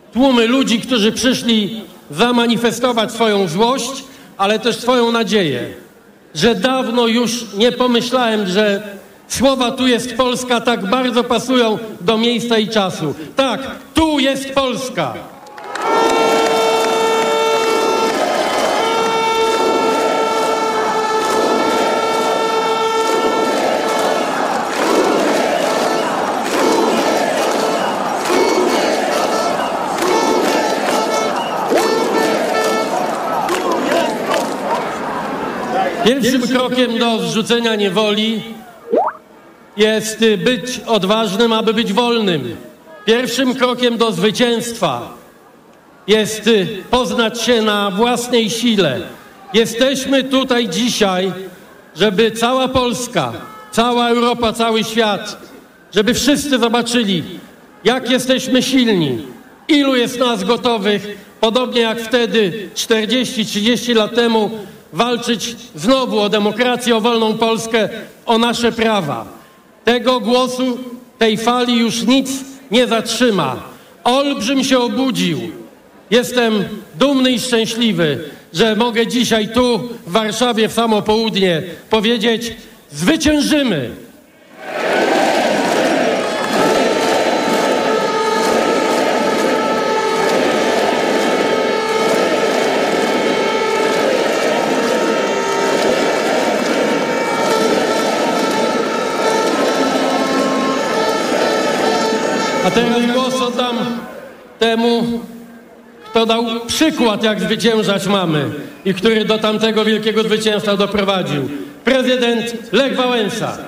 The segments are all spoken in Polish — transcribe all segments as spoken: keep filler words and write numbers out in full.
tłumy ludzi, którzy przyszli zamanifestować swoją złość, ale też swoją nadzieję, że dawno już nie pomyślałem, że słowa "tu jest Polska" tak bardzo pasują do miejsca i czasu. Tak, tu jest Polska! Pierwszym krokiem do zrzucenia niewoli jest być odważnym, aby być wolnym. Pierwszym krokiem do zwycięstwa jest poznać się na własnej sile. Jesteśmy tutaj dzisiaj, żeby cała Polska, cała Europa, cały świat, żeby wszyscy zobaczyli, jak jesteśmy silni, ilu jest nas gotowych, podobnie jak wtedy, czterdzieści trzydzieści lat temu, walczyć znowu o demokrację, o wolną Polskę, o nasze prawa. Tego głosu, tej fali już nic nie zatrzyma. Olbrzym się obudził. Jestem dumny i szczęśliwy, że mogę dzisiaj tu w Warszawie w samo południe powiedzieć: zwyciężymy! A teraz głos oddam temu, kto dał przykład, jak zwyciężać mamy i który do tamtego wielkiego zwycięstwa doprowadził. Prezydent Lech Wałęsa.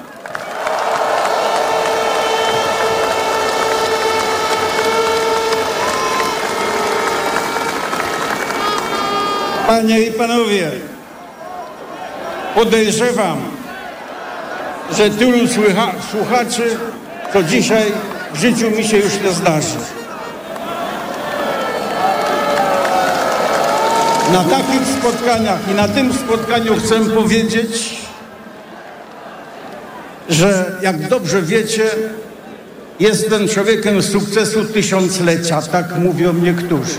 Panie i panowie, podejrzewam, że tylu słucha słuchaczy, co dzisiaj w życiu mi się już nie zdarzy. Na takich spotkaniach i na tym spotkaniu chcę powiedzieć, że jak dobrze wiecie, jestem człowiekiem sukcesu tysiąclecia, tak mówią niektórzy.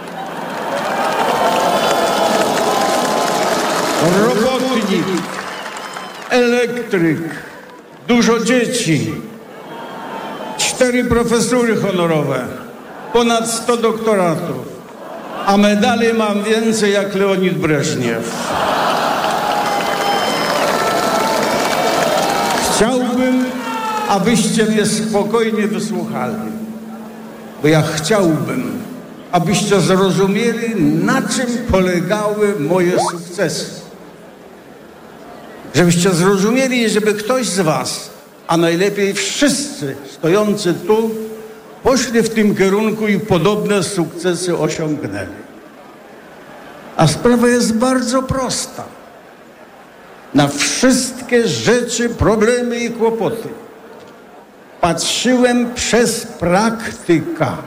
Robotnik, elektryk, dużo dzieci, cztery profesury honorowe, ponad sto doktoratów, a medali mam więcej jak Leonid Breżniew. Chciałbym, abyście mnie spokojnie wysłuchali, bo ja chciałbym, abyście zrozumieli, na czym polegały moje sukcesy. Żebyście zrozumieli, żeby ktoś z was, a najlepiej wszyscy stojący tu, poszli w tym kierunku i podobne sukcesy osiągnęli. A sprawa jest bardzo prosta. Na wszystkie rzeczy, problemy i kłopoty patrzyłem przez praktyka.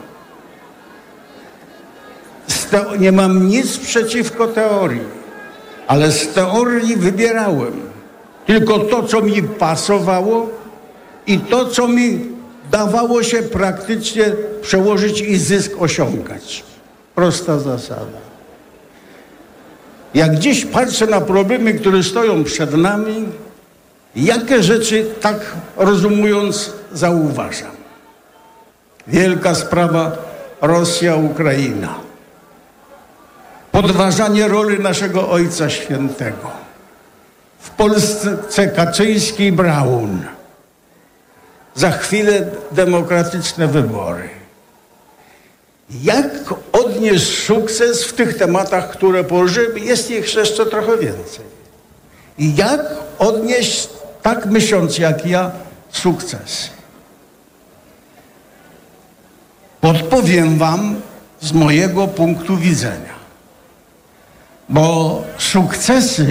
Nie mam nic przeciwko teorii, ale z teorii wybierałem tylko to, co mi pasowało i to, co mi dawało się praktycznie przełożyć i zysk osiągać. Prosta zasada. Jak dziś patrzę na problemy, które stoją przed nami, jakie rzeczy, tak rozumując, zauważam? Wielka sprawa Rosja, Ukraina. Podważanie roli naszego Ojca Świętego. W Polsce Kaczyński i Braun. Za chwilę demokratyczne wybory. Jak odnieść sukces w tych tematach, które położyłem? Jest ich jeszcze trochę więcej. I jak odnieść, tak myśląc jak ja, sukces? Podpowiem wam z mojego punktu widzenia. Bo sukcesy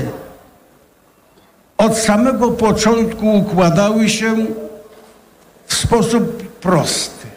od samego początku układały się w sposób prosty.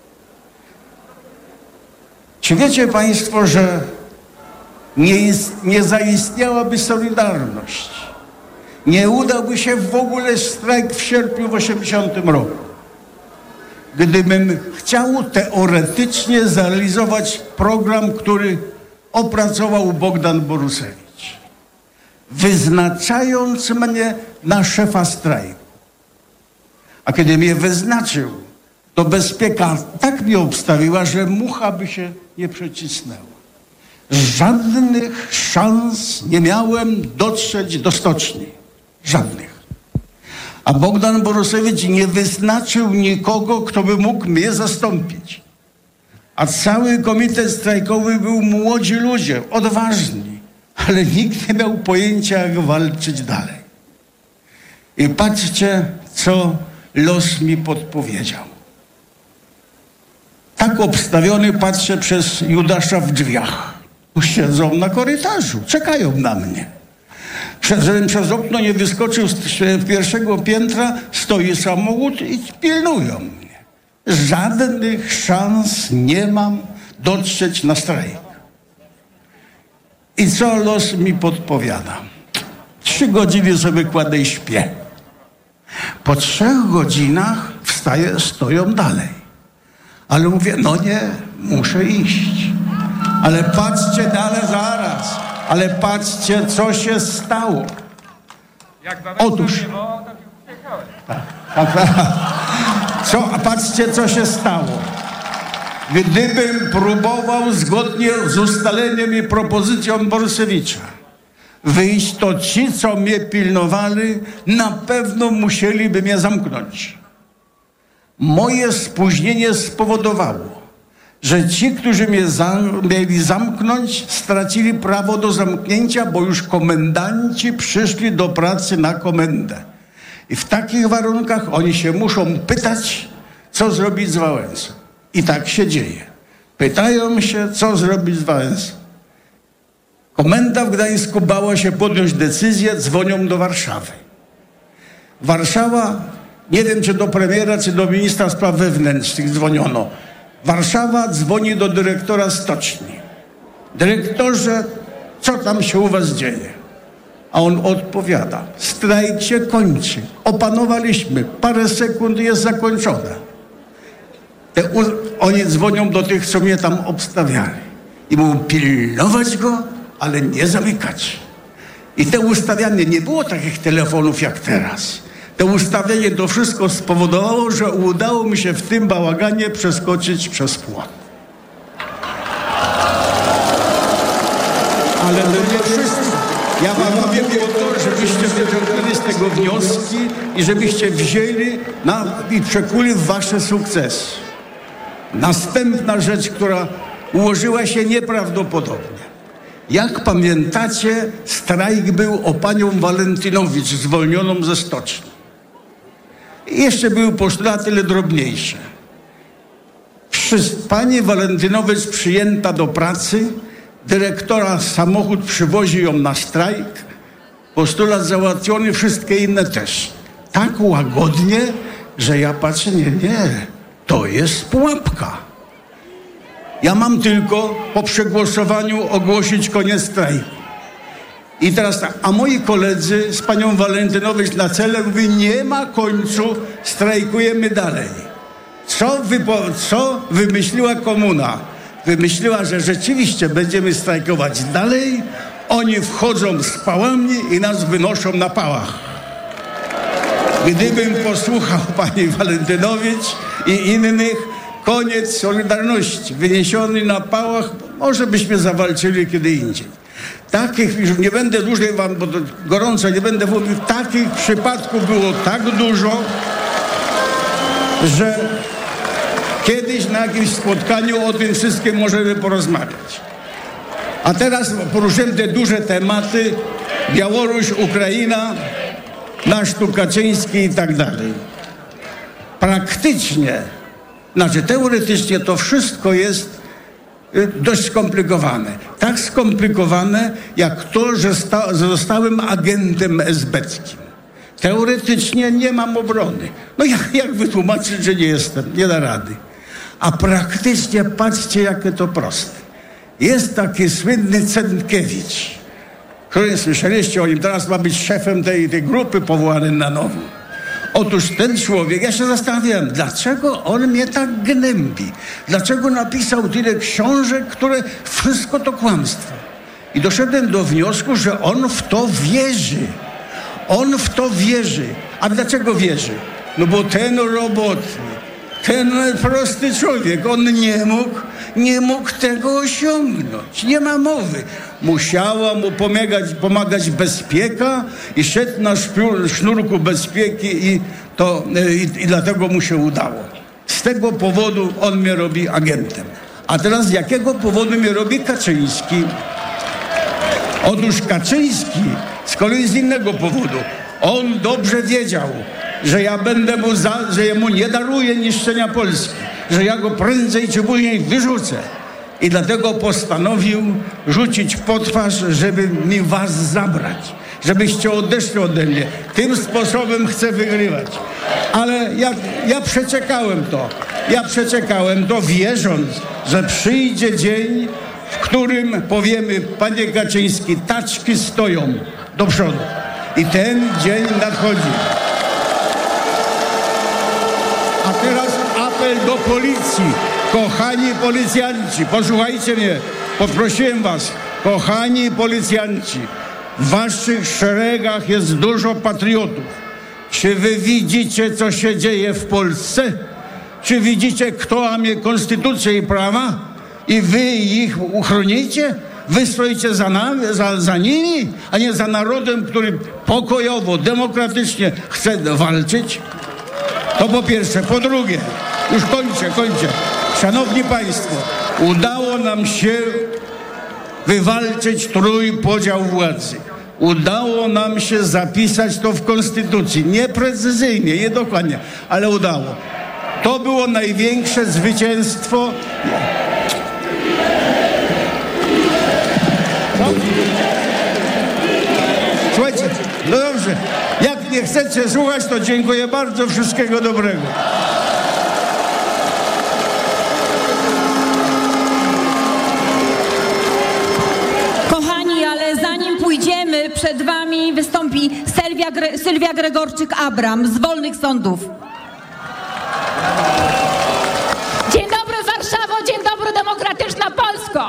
Czy wiecie państwo, że nie, ist, nie zaistniałaby Solidarność? Nie udałby się w ogóle strajk w sierpniu w osiemdziesiątym roku. gdybym chciał teoretycznie zrealizować program, który opracował Bogdan Borusewicz, wyznaczając mnie na szefa strajku. A kiedy mnie wyznaczył, to bezpieka tak mnie obstawiła, że mucha by się nie przecisnęła. Żadnych szans nie miałem dotrzeć do stoczni. Żadnych. A Bogdan Borusewicz nie wyznaczył nikogo, kto by mógł mnie zastąpić. A cały komitet strajkowy był młodzi ludzie, odważni, ale nikt nie miał pojęcia, jak walczyć dalej. I patrzcie, co los mi podpowiedział. Tak obstawiony patrzę przez Judasza w drzwiach. Siedzą na korytarzu, czekają na mnie. Żebym przez okno nie wyskoczył z pierwszego piętra, stoi samochód i pilnują mnie. Żadnych szans nie mam dotrzeć na strajk. I co los mi podpowiada? Trzy godziny sobie kładę i śpię. Po trzech godzinach wstaję, stoją dalej. Ale mówię, no nie, muszę iść. Ale patrzcie dalej zaraz. Ale patrzcie, co się stało. Otóż. Tak, tak, tak. Co, a patrzcie, co się stało. Gdybym próbował zgodnie z ustaleniem i propozycją Borusewicza wyjść, to ci, co mnie pilnowali, na pewno musieliby mnie zamknąć. Moje spóźnienie spowodowało, że ci, którzy mnie zam- mieli zamknąć, stracili prawo do zamknięcia, bo już komendanci przyszli do pracy na komendę. I w takich warunkach oni się muszą pytać, co zrobić z Wałęsą. I tak się dzieje. Pytają się, co zrobić z Wałęsą. Komenda w Gdańsku bała się podjąć decyzję, dzwonią do Warszawy. Warszawa, nie wiem czy do premiera, czy do ministra spraw wewnętrznych dzwoniono. Warszawa dzwoni do dyrektora stoczni. Dyrektorze, co tam się u was dzieje? A on odpowiada, strajk się kończy. Opanowaliśmy, parę sekund jest zakończone. Te u- oni dzwonią do tych, co mnie tam obstawiali. I mówią, pilnować go, ale nie zamykać. I te ustawianie, nie było takich telefonów jak teraz. To ustawienie to wszystko spowodowało, że udało mi się w tym bałaganie przeskoczyć przez płot. Ale to nie wszystko. Ja wam powiem o to, żebyście wyciągnęli z tego wnioski i żebyście wzięli na, i przekuli w wasze sukcesy. Następna rzecz, która ułożyła się nieprawdopodobnie. Jak pamiętacie, strajk był o panią Walentynowicz zwolnioną ze stoczni. I jeszcze były postulaty tyle drobniejsze. Pani Walentynowicz przyjęta do pracy, dyrektora samochód przywozi ją na strajk, postulat załatwiony, wszystkie inne też. Tak łagodnie, że ja patrzę, nie, nie, to jest pułapka. Ja mam tylko po przegłosowaniu ogłosić koniec strajku. I teraz tak, a moi koledzy z panią Walentynowicz na czele mówi, nie ma końcu, strajkujemy dalej. Co, wypo- co wymyśliła komuna? Wymyśliła, że rzeczywiście będziemy strajkować dalej, oni wchodzą z pałami i nas wynoszą na pałach. Gdybym posłuchał pani Walentynowicz i innych, koniec Solidarności, wyniesiony na pałach, może byśmy zawalczyli kiedy indziej. Takich, już nie będę dłużej wam, bo to gorąco nie będę mówił, takich przypadków było tak dużo, że kiedyś na jakimś spotkaniu o tym wszystkim możemy porozmawiać. A teraz poruszyłem te duże tematy, Białoruś, Ukraina, nasz tu Kaczyński i tak dalej. Praktycznie, znaczy teoretycznie to wszystko jest dość skomplikowane. Tak skomplikowane, jak to, że, sta- że zostałem agentem esbeckim. Teoretycznie nie mam obrony. No jak, jak wytłumaczyć, że nie jestem? Nie da rady. A praktycznie patrzcie, jakie to proste. Jest taki słynny Cenkiewicz, który słyszeliście o nim, teraz ma być szefem tej, tej grupy powołanej na nowo. Otóż ten człowiek, ja się zastanawiałem, dlaczego on mnie tak gnębi? Dlaczego napisał tyle książek, które wszystko to kłamstwo? I doszedłem do wniosku, że on w to wierzy. On w to wierzy. A dlaczego wierzy? No bo ten robotnik, ten prosty człowiek, on nie mógł, nie mógł tego osiągnąć. Nie ma mowy. Musiała mu pomagać, pomagać bezpieka i szedł na szpiór, sznurku bezpieki i, to, i, i dlatego mu się udało. Z tego powodu on mnie robi agentem. A teraz z jakiego powodu mnie robi Kaczyński? Otóż Kaczyński z kolei z innego powodu. On dobrze wiedział, że ja będę mu za, że ja mu nie daruję niszczenia Polski, że ja go prędzej czy później wyrzucę. I dlatego postanowił rzucić pod twarz, żeby mi was zabrać, żebyście odeszli ode mnie. Tym sposobem chcę wygrywać. Ale ja, ja przeczekałem to. Ja przeczekałem to, wierząc, że przyjdzie dzień, w którym powiemy, panie Kaczyński, taczki stoją do przodu. I ten dzień nadchodzi. A teraz apel do policji. Kochani policjanci, posłuchajcie mnie, poprosiłem was, kochani policjanci, w waszych szeregach jest dużo patriotów. Czy wy widzicie, co się dzieje w Polsce? Czy widzicie, kto łamie konstytucję i prawa? I wy ich uchronicie? Wy stoicie za, nami, za, za nimi, a nie za narodem, który pokojowo, demokratycznie chce walczyć? To po pierwsze. Po drugie, już kończę, kończę. Szanowni państwo, udało nam się wywalczyć trójpodział władzy. Udało nam się zapisać to w konstytucji. Nieprecyzyjnie, niedokładnie, ale udało. To było największe zwycięstwo. No. Słuchajcie, no dobrze. Jak nie chcecie słuchać, to dziękuję bardzo. Wszystkiego dobrego. Kochani, ale zanim pójdziemy, przed wami wystąpi Sylwia, Gre- Sylwia Gregorczyk-Abram z Wolnych Sądów. Dzień dobry Warszawo, dzień dobry demokratyczna Polsko.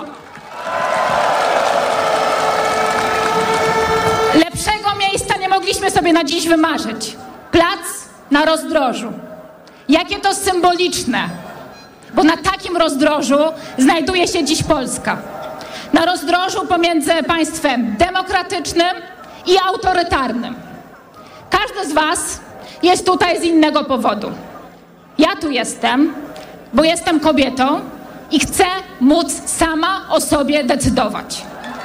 Lepszego miejsca nie mogliśmy sobie na dziś wymarzyć. Plac na rozdrożu. Jakie to symboliczne, bo na takim rozdrożu znajduje się dziś Polska. Na rozdrożu pomiędzy państwem demokratycznym i autorytarnym. Każdy z was jest tutaj z innego powodu. Ja tu jestem, bo jestem kobietą i chcę móc sama o sobie decydować.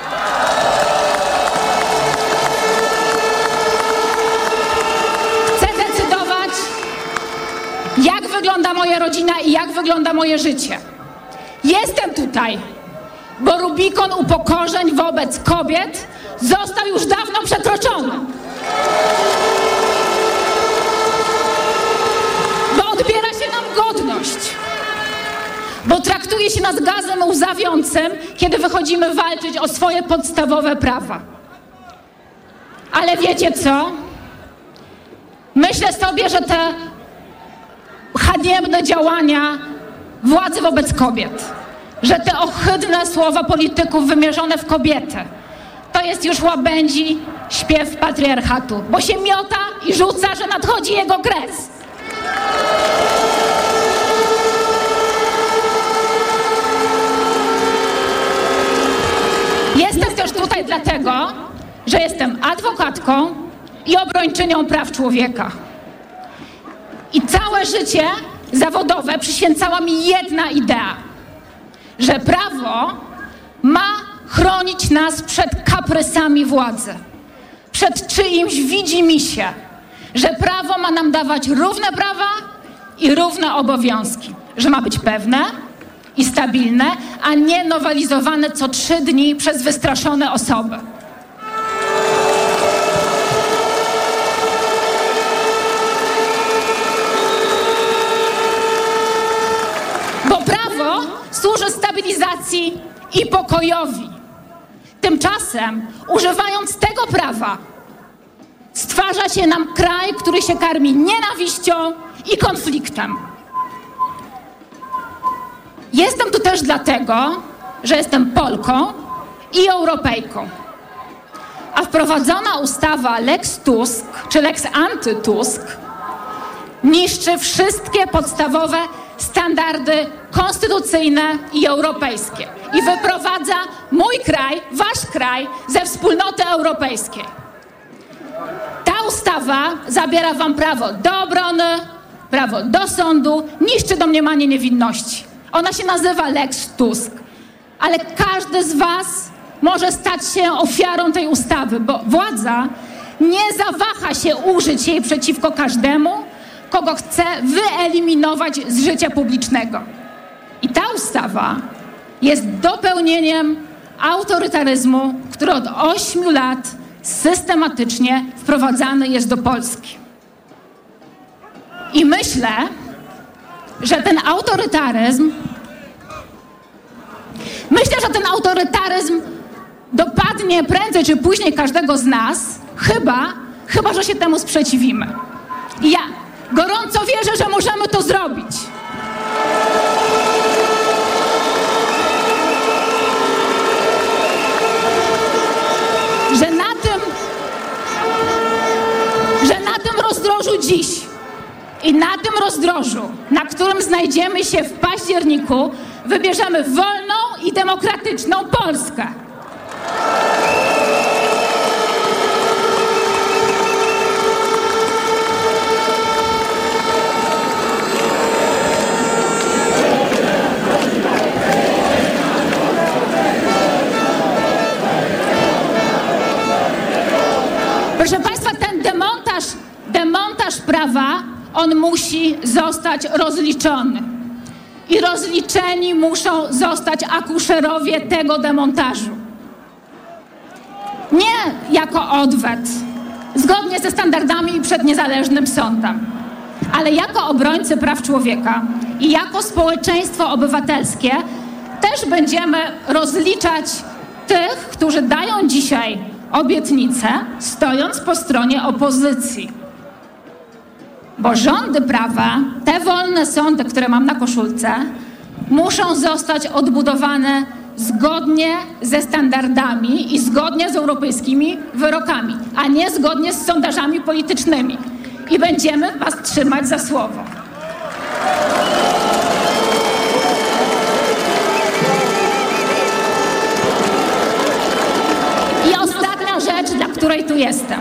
Chcę decydować, jak wygląda moja rodzina i jak wygląda moje życie. Jestem tutaj, bo Rubikon upokorzeń wobec kobiet został już dawno przekroczony. Bo odbiera się nam godność. Bo traktuje się nas gazem łzawiącym, kiedy wychodzimy walczyć o swoje podstawowe prawa. Ale wiecie co? Myślę sobie, że te haniebne działania władzy wobec kobiet, że te ohydne słowa polityków wymierzone w kobiety, to jest już łabędzi śpiew patriarchatu, bo się miota i rzuca, że nadchodzi jego kres. Jestem też tutaj dlatego, że jestem adwokatką i obrończynią praw człowieka. I całe życie zawodowe przyświęcała mi jedna idea, że prawo ma chronić nas przed kaprysami władzy, przed czyimś widzimisię, że prawo ma nam dawać równe prawa i równe obowiązki, że ma być pewne i stabilne, a nie nowelizowane co trzy dni przez wystraszone osoby. Bo prawo służy stabilizacji i pokojowi. Tymczasem, używając tego prawa, Stwarza się nam kraj, który się karmi nienawiścią i konfliktem. Jestem tu też dlatego, że jestem Polką i Europejką. A wprowadzona ustawa Lex Tusk, czy Lex Anty-Tusk, niszczy wszystkie podstawowe standardy konstytucyjne i europejskie i wyprowadza mój kraj, wasz kraj ze wspólnoty europejskiej. Ta ustawa zabiera wam prawo do obrony, prawo do sądu, niszczy domniemanie niewinności. Ona się nazywa Lex Tusk, ale każdy z was może stać się ofiarą tej ustawy, bo władza nie zawaha się użyć jej przeciwko każdemu, kogo chce wyeliminować z życia publicznego. I ta ustawa jest dopełnieniem autorytaryzmu, który od ośmiu lat systematycznie wprowadzany jest do Polski. I myślę, że ten autorytaryzm myślę, że ten autorytaryzm dopadnie prędzej czy później każdego z nas, chyba, chyba że się temu sprzeciwimy. I ja gorąco wierzę, że możemy to zrobić. Że na tym, że na tym rozdrożu dziś i na tym rozdrożu, na którym znajdziemy się w październiku, wybierzemy wolną i demokratyczną Polskę. Proszę Państwa, ten demontaż, demontaż prawa, on musi zostać rozliczony. I rozliczeni muszą zostać akuszerowie tego demontażu. Nie jako odwet, zgodnie ze standardami i przed niezależnym sądem, ale jako obrońcy praw człowieka i jako społeczeństwo obywatelskie też będziemy rozliczać tych, którzy dają dzisiaj obietnicę, stojąc po stronie opozycji. Bo rządy prawa, te wolne sądy, które mam na koszulce, muszą zostać odbudowane zgodnie ze standardami i zgodnie z europejskimi wyrokami, a nie zgodnie z sondażami politycznymi. I będziemy was trzymać za słowo. I ostatnia rzecz, dla której tu jestem.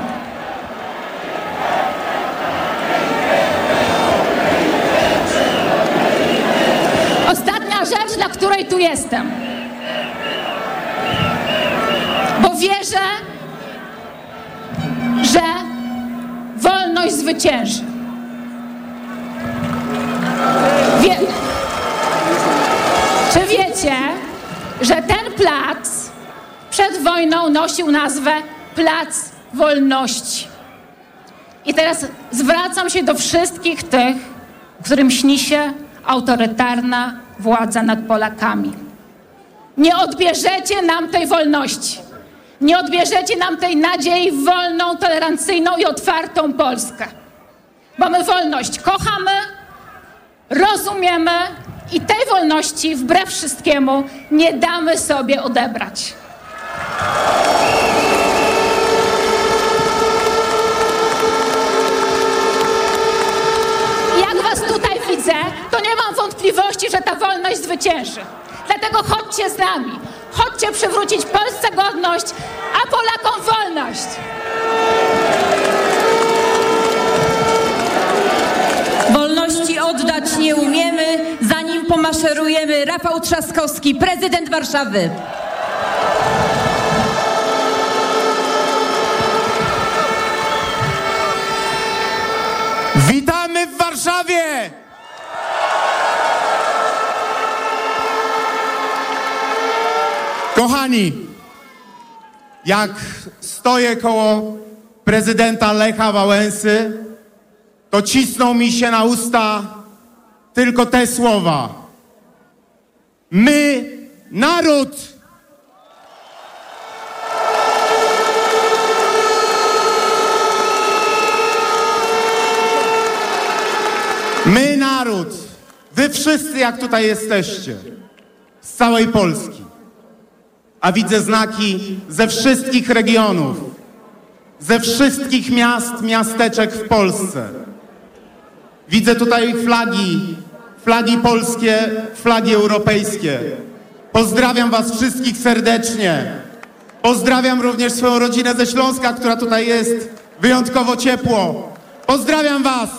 Ostatnia rzecz, dla której tu jestem. Bo wierzę, że wolność zwycięży. Wie... Czy wiecie, że ten plac przed wojną nosił nazwę Plac Wolności? I teraz zwracam się do wszystkich tych, którym śni się autorytarna władza nad Polakami. Nie odbierzecie nam tej wolności. Nie odbierzecie nam tej nadziei w wolną, tolerancyjną i otwartą Polskę. Bo my wolność kochamy, rozumiemy i tej wolności wbrew wszystkiemu nie damy sobie odebrać. Jak was tutaj widzę, to nie mam wątpliwości, że ta wolność zwycięży. Dlatego chodźcie z nami. Chodźcie przywrócić Polsce godność, a Polakom wolność. Wolności oddać nie umiemy, zanim pomaszerujemy. Rafał Trzaskowski, prezydent Warszawy. Witamy w Warszawie! Kochani, jak stoję koło prezydenta Lecha Wałęsy, to cisną mi się na usta tylko te słowa. My, naród! wy wszyscy, jak tutaj jesteście, z całej Polski, a widzę znaki ze wszystkich regionów, ze wszystkich miast, miasteczek w Polsce. Widzę tutaj flagi, flagi polskie, flagi europejskie. Pozdrawiam was wszystkich serdecznie. Pozdrawiam również swoją rodzinę ze Śląska, która tutaj jest. Wyjątkowo ciepło. Pozdrawiam was!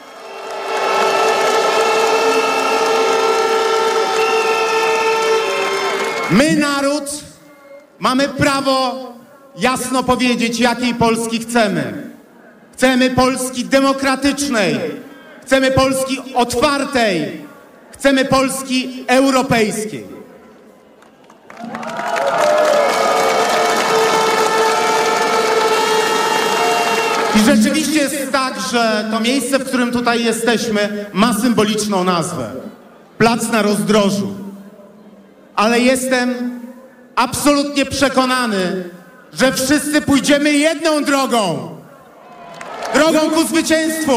My, naród, mamy prawo jasno powiedzieć, jakiej Polski chcemy. Chcemy Polski demokratycznej. Chcemy Polski otwartej. Chcemy Polski europejskiej. I rzeczywiście jest tak, że to miejsce, w którym tutaj jesteśmy, ma symboliczną nazwę. Plac na Rozdrożu. Ale jestem absolutnie przekonany, że wszyscy pójdziemy jedną drogą. Drogą ku zwycięstwu.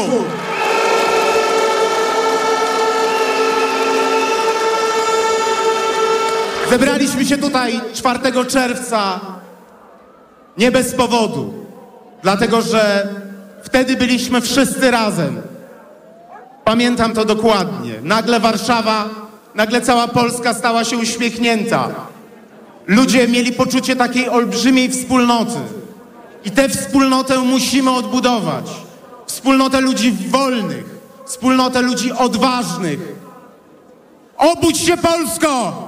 Zebraliśmy się tutaj czwartego czerwca nie bez powodu. Dlatego, że wtedy byliśmy wszyscy razem. Pamiętam to dokładnie. Nagle Warszawa, nagle cała Polska stała się uśmiechnięta. Ludzie mieli poczucie takiej olbrzymiej wspólnoty. I tę wspólnotę musimy odbudować. Wspólnotę ludzi wolnych. Wspólnotę ludzi odważnych. Obudź się, Polsko!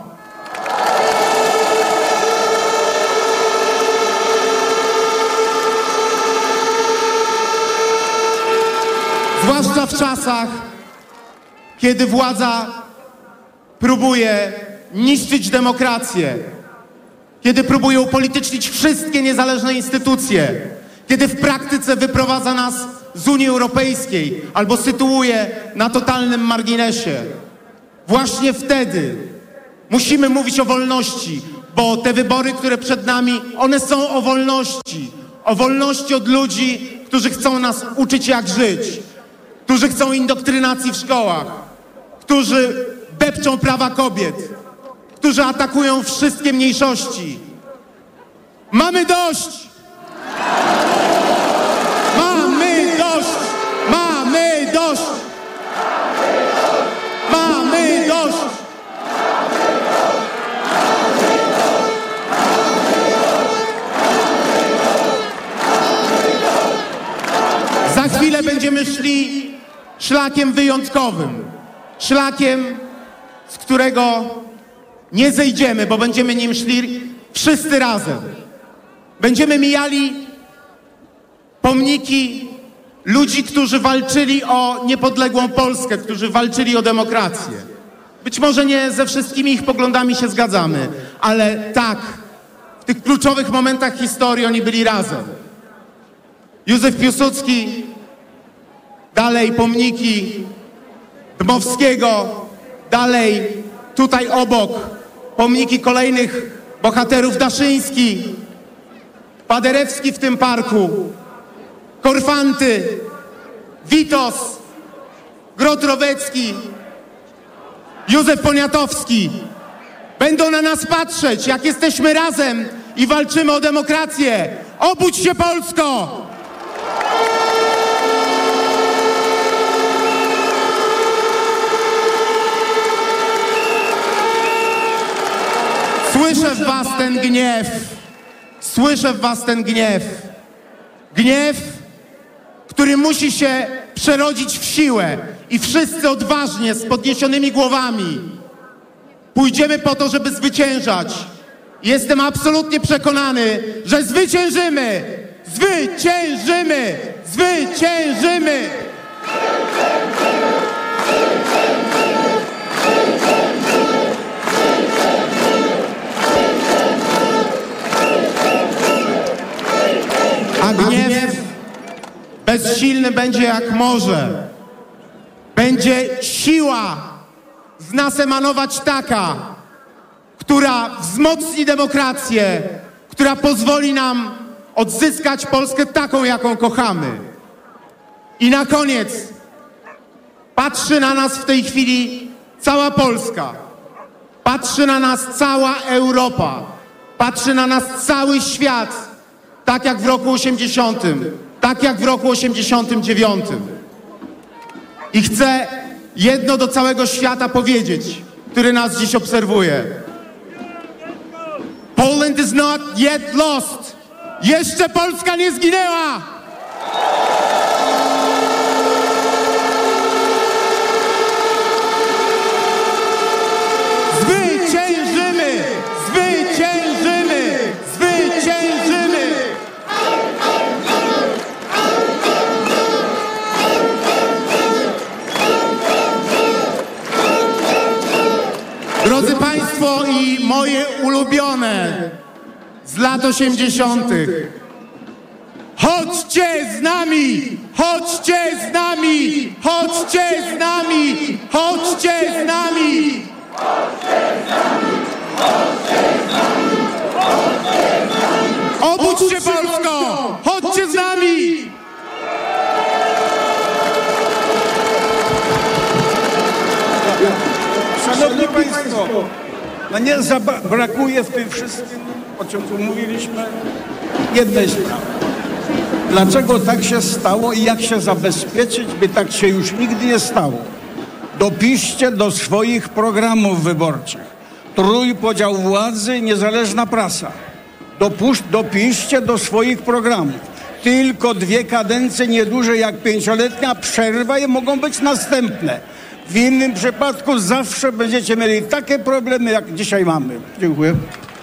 Zwłaszcza w czasach, kiedy władza próbuje niszczyć demokrację, kiedy próbuje upolitycznić wszystkie niezależne instytucje, kiedy w praktyce wyprowadza nas z Unii Europejskiej albo sytuuje na totalnym marginesie. Właśnie wtedy musimy mówić o wolności, bo te wybory, które przed nami, one są o wolności. O wolności od ludzi, którzy chcą nas uczyć, jak żyć. Którzy chcą indoktrynacji w szkołach, którzy depczą prawa kobiet, którzy atakują wszystkie mniejszości. Mamy dość! Mamy dość! Mamy dość! Mamy dość! Za chwilę będziemy szli szlakiem wyjątkowym, szlakiem, z którego nie zejdziemy, bo będziemy nim szli wszyscy razem. Będziemy mijali pomniki ludzi, którzy walczyli o niepodległą Polskę, którzy walczyli o demokrację. Być może nie ze wszystkimi ich poglądami się zgadzamy, ale tak, w tych kluczowych momentach historii oni byli razem. Józef Piłsudski, dalej pomniki Dmowskiego, dalej tutaj obok pomniki kolejnych bohaterów, Daszyński, Paderewski w tym parku, Korfanty, Witos, Grot-Rowecki, Józef Poniatowski. Będą na nas patrzeć, jak jesteśmy razem i walczymy o demokrację. Obudź się, Polsko! Słyszę w was ten gniew. Słyszę w was ten gniew. Gniew, który musi się przerodzić w siłę i wszyscy odważnie, z podniesionymi głowami pójdziemy po to, żeby zwyciężać. Jestem absolutnie przekonany, że zwyciężymy! Zwyciężymy! Zwyciężymy! A gniew bezsilny będzie jak morze. Będzie siła z nas emanować taka, która wzmocni demokrację, która pozwoli nam odzyskać Polskę taką, jaką kochamy. I na koniec patrzy na nas w tej chwili cała Polska, patrzy na nas cała Europa, patrzy na nas cały świat, tak jak w roku osiemdziesiątym, tak jak w roku osiemdziesiątym dziewiątym. I chcę jedno do całego świata powiedzieć, który nas dziś obserwuje. Poland is not yet lost. Jeszcze Polska nie zginęła! Zwyciężymy! Zwyciężymy! Zwyciężymy! Drodzy Państwo i moje ulubione z lat osiemdziesiątych. Chodźcie z nami! Chodźcie z nami! Chodźcie z nami! Chodźcie z nami! Obudź się, Polsko! Chodźcie z nami! Szanowni Państwo, no nie zaba- brakuje w tym wszystkim, o czym tu mówiliśmy, jednej sprawy. Dlaczego tak się stało i jak się zabezpieczyć, by tak się już nigdy nie stało? Dopiszcie do swoich programów wyborczych trójpodział władzy, niezależna prasa. Dopusz- dopiszcie do swoich programów. Tylko dwie kadencje, nie dłużej jak pięcioletnia przerwa i mogą być następne. W innym przypadku zawsze będziecie mieli takie problemy, jak dzisiaj mamy. Dziękuję.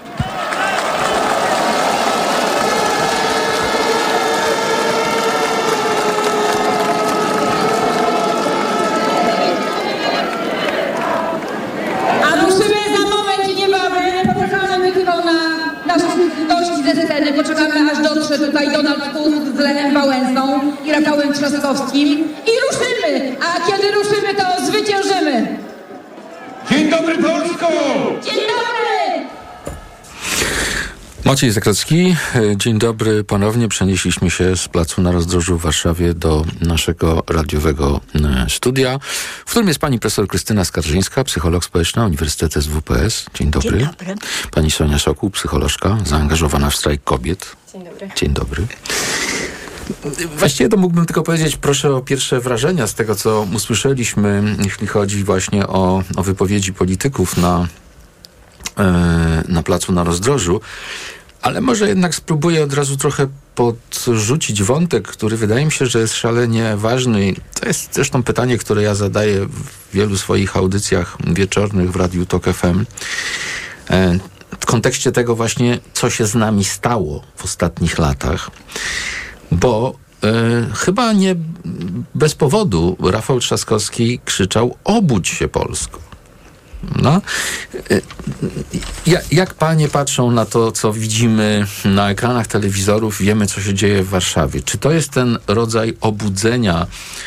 A ruszymy za moment, niebawem. Poczekamy tylko na naszych gości ze sceny. Poczekamy, aż dotrze tutaj Donald Tusk z Lechem Wałęsą i Rafałem Trzaskowskim. I ruszymy! A kiedy ruszymy, to zwyciężymy! Dzień dobry, Polsko! Dzień dobry! Maciej Zakrocki, dzień dobry ponownie. Przenieśliśmy się z placu na Rozdrożu w Warszawie do naszego radiowego studia, w którym jest pani profesor Krystyna Skarżyńska, psycholog społeczna, Uniwersytet S W P S. Dzień dobry. Dzień dobry. Pani Sonia Sokół, psycholożka, zaangażowana w strajk kobiet. Dzień dobry. Dzień dobry. Właściwie to mógłbym tylko powiedzieć, proszę o pierwsze wrażenia z tego, co usłyszeliśmy, jeśli chodzi właśnie o, o wypowiedzi polityków na, yy, na placu na Rozdrożu. Ale może jednak spróbuję od razu trochę podrzucić wątek, który wydaje mi się, że jest szalenie ważny. To jest zresztą pytanie, które ja zadaję w wielu swoich audycjach wieczornych w Radiu Tok F M. Yy, w kontekście tego właśnie, co się z nami stało w ostatnich latach. Bo y, chyba nie bez powodu Rafał Trzaskowski krzyczał: obudź się, Polsko. No. Y, y, jak panie patrzą na to, co widzimy na ekranach telewizorów, wiemy, co się dzieje w Warszawie? Czy to jest ten rodzaj obudzenia,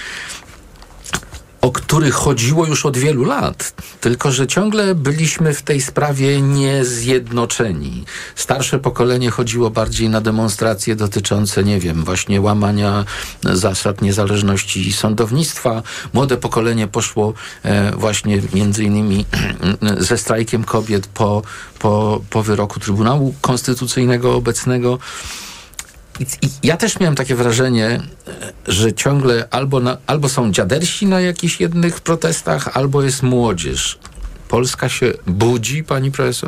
o który chodziło już od wielu lat, tylko że ciągle byliśmy w tej sprawie niezjednoczeni. Starsze pokolenie chodziło bardziej na demonstracje dotyczące, nie wiem, właśnie łamania zasad niezależności sądownictwa. Młode pokolenie poszło e, właśnie między innymi ze strajkiem kobiet po, po, po wyroku Trybunału Konstytucyjnego obecnego. I, I ja też miałem takie wrażenie, że ciągle albo, na, albo są dziadersi na jakichś jednych protestach, albo jest młodzież. Polska się budzi, pani profesor?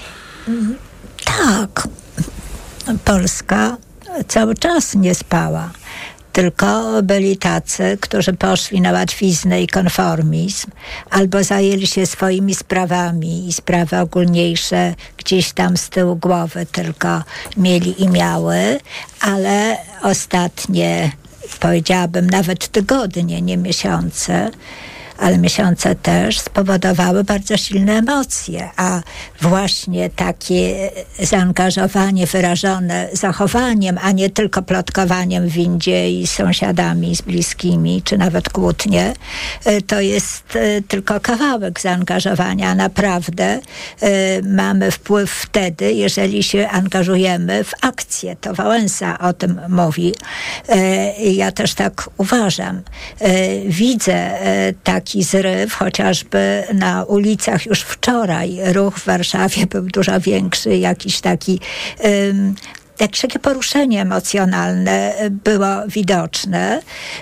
Tak. Polska cały czas nie spała. Tylko byli tacy, którzy poszli na łatwiznę i konformizm, albo zajęli się swoimi sprawami i sprawy ogólniejsze gdzieś tam z tyłu głowy tylko mieli i miały, ale ostatnie, powiedziałabym, nawet tygodnie, nie miesiące, ale miesiące też spowodowały bardzo silne emocje, a właśnie takie zaangażowanie wyrażone zachowaniem, a nie tylko plotkowaniem w windzie i z sąsiadami, z bliskimi, czy nawet kłótnie, to jest tylko kawałek zaangażowania. Naprawdę mamy wpływ wtedy, jeżeli się angażujemy w akcję. To Wałęsa o tym mówi. Ja też tak uważam. Widzę tak taki zryw, chociażby na ulicach już wczoraj ruch w Warszawie był dużo większy, jakiś taki um, jakieś takie poruszenie emocjonalne było widoczne.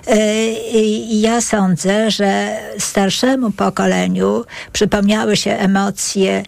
I ja sądzę, że starszemu pokoleniu przypomniały się emocje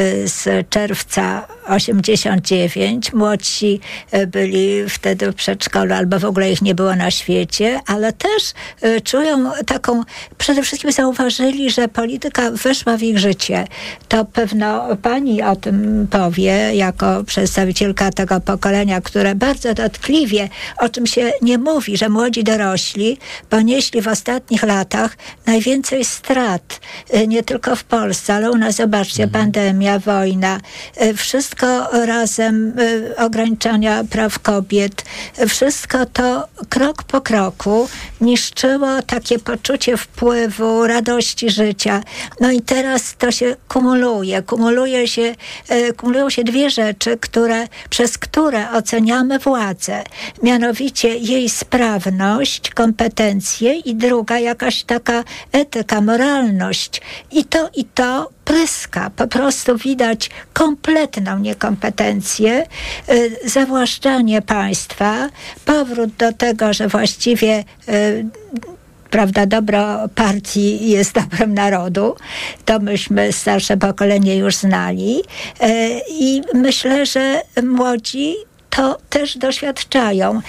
z czerwca osiemdziesiąt dziewięć. Młodsi byli wtedy w przedszkolu albo w ogóle ich nie było na świecie, ale też czują taką, przede wszystkim zauważyli, że polityka weszła w ich życie. To pewno pani o tym powie, jako przedstawicielka tego pokolenia, które bardzo dotkliwie, o czym się nie mówi, że młodzi dorośli ponieśli w ostatnich latach najwięcej strat, nie tylko w Polsce, ale u nas, zobaczcie, mhm. pandemia, wojna, wszystko razem, ograniczania praw kobiet, wszystko to krok po kroku niszczyło takie poczucie wpływu, radości życia. No i teraz to się kumuluje, kumuluje się, kumulują się dwie rzeczy, które, przez które oceniamy władzę. Mianowicie jej sprawność, kompetencje i druga jakaś taka etyka, moralność. I to, i to pryska. Po prostu widać kompletną niekompetencję, y, zawłaszczanie państwa, powrót do tego, że właściwie y, prawda, dobro partii jest dobrem narodu. To myśmy starsze pokolenie już znali. Y, I myślę, że młodzi to też doświadczają.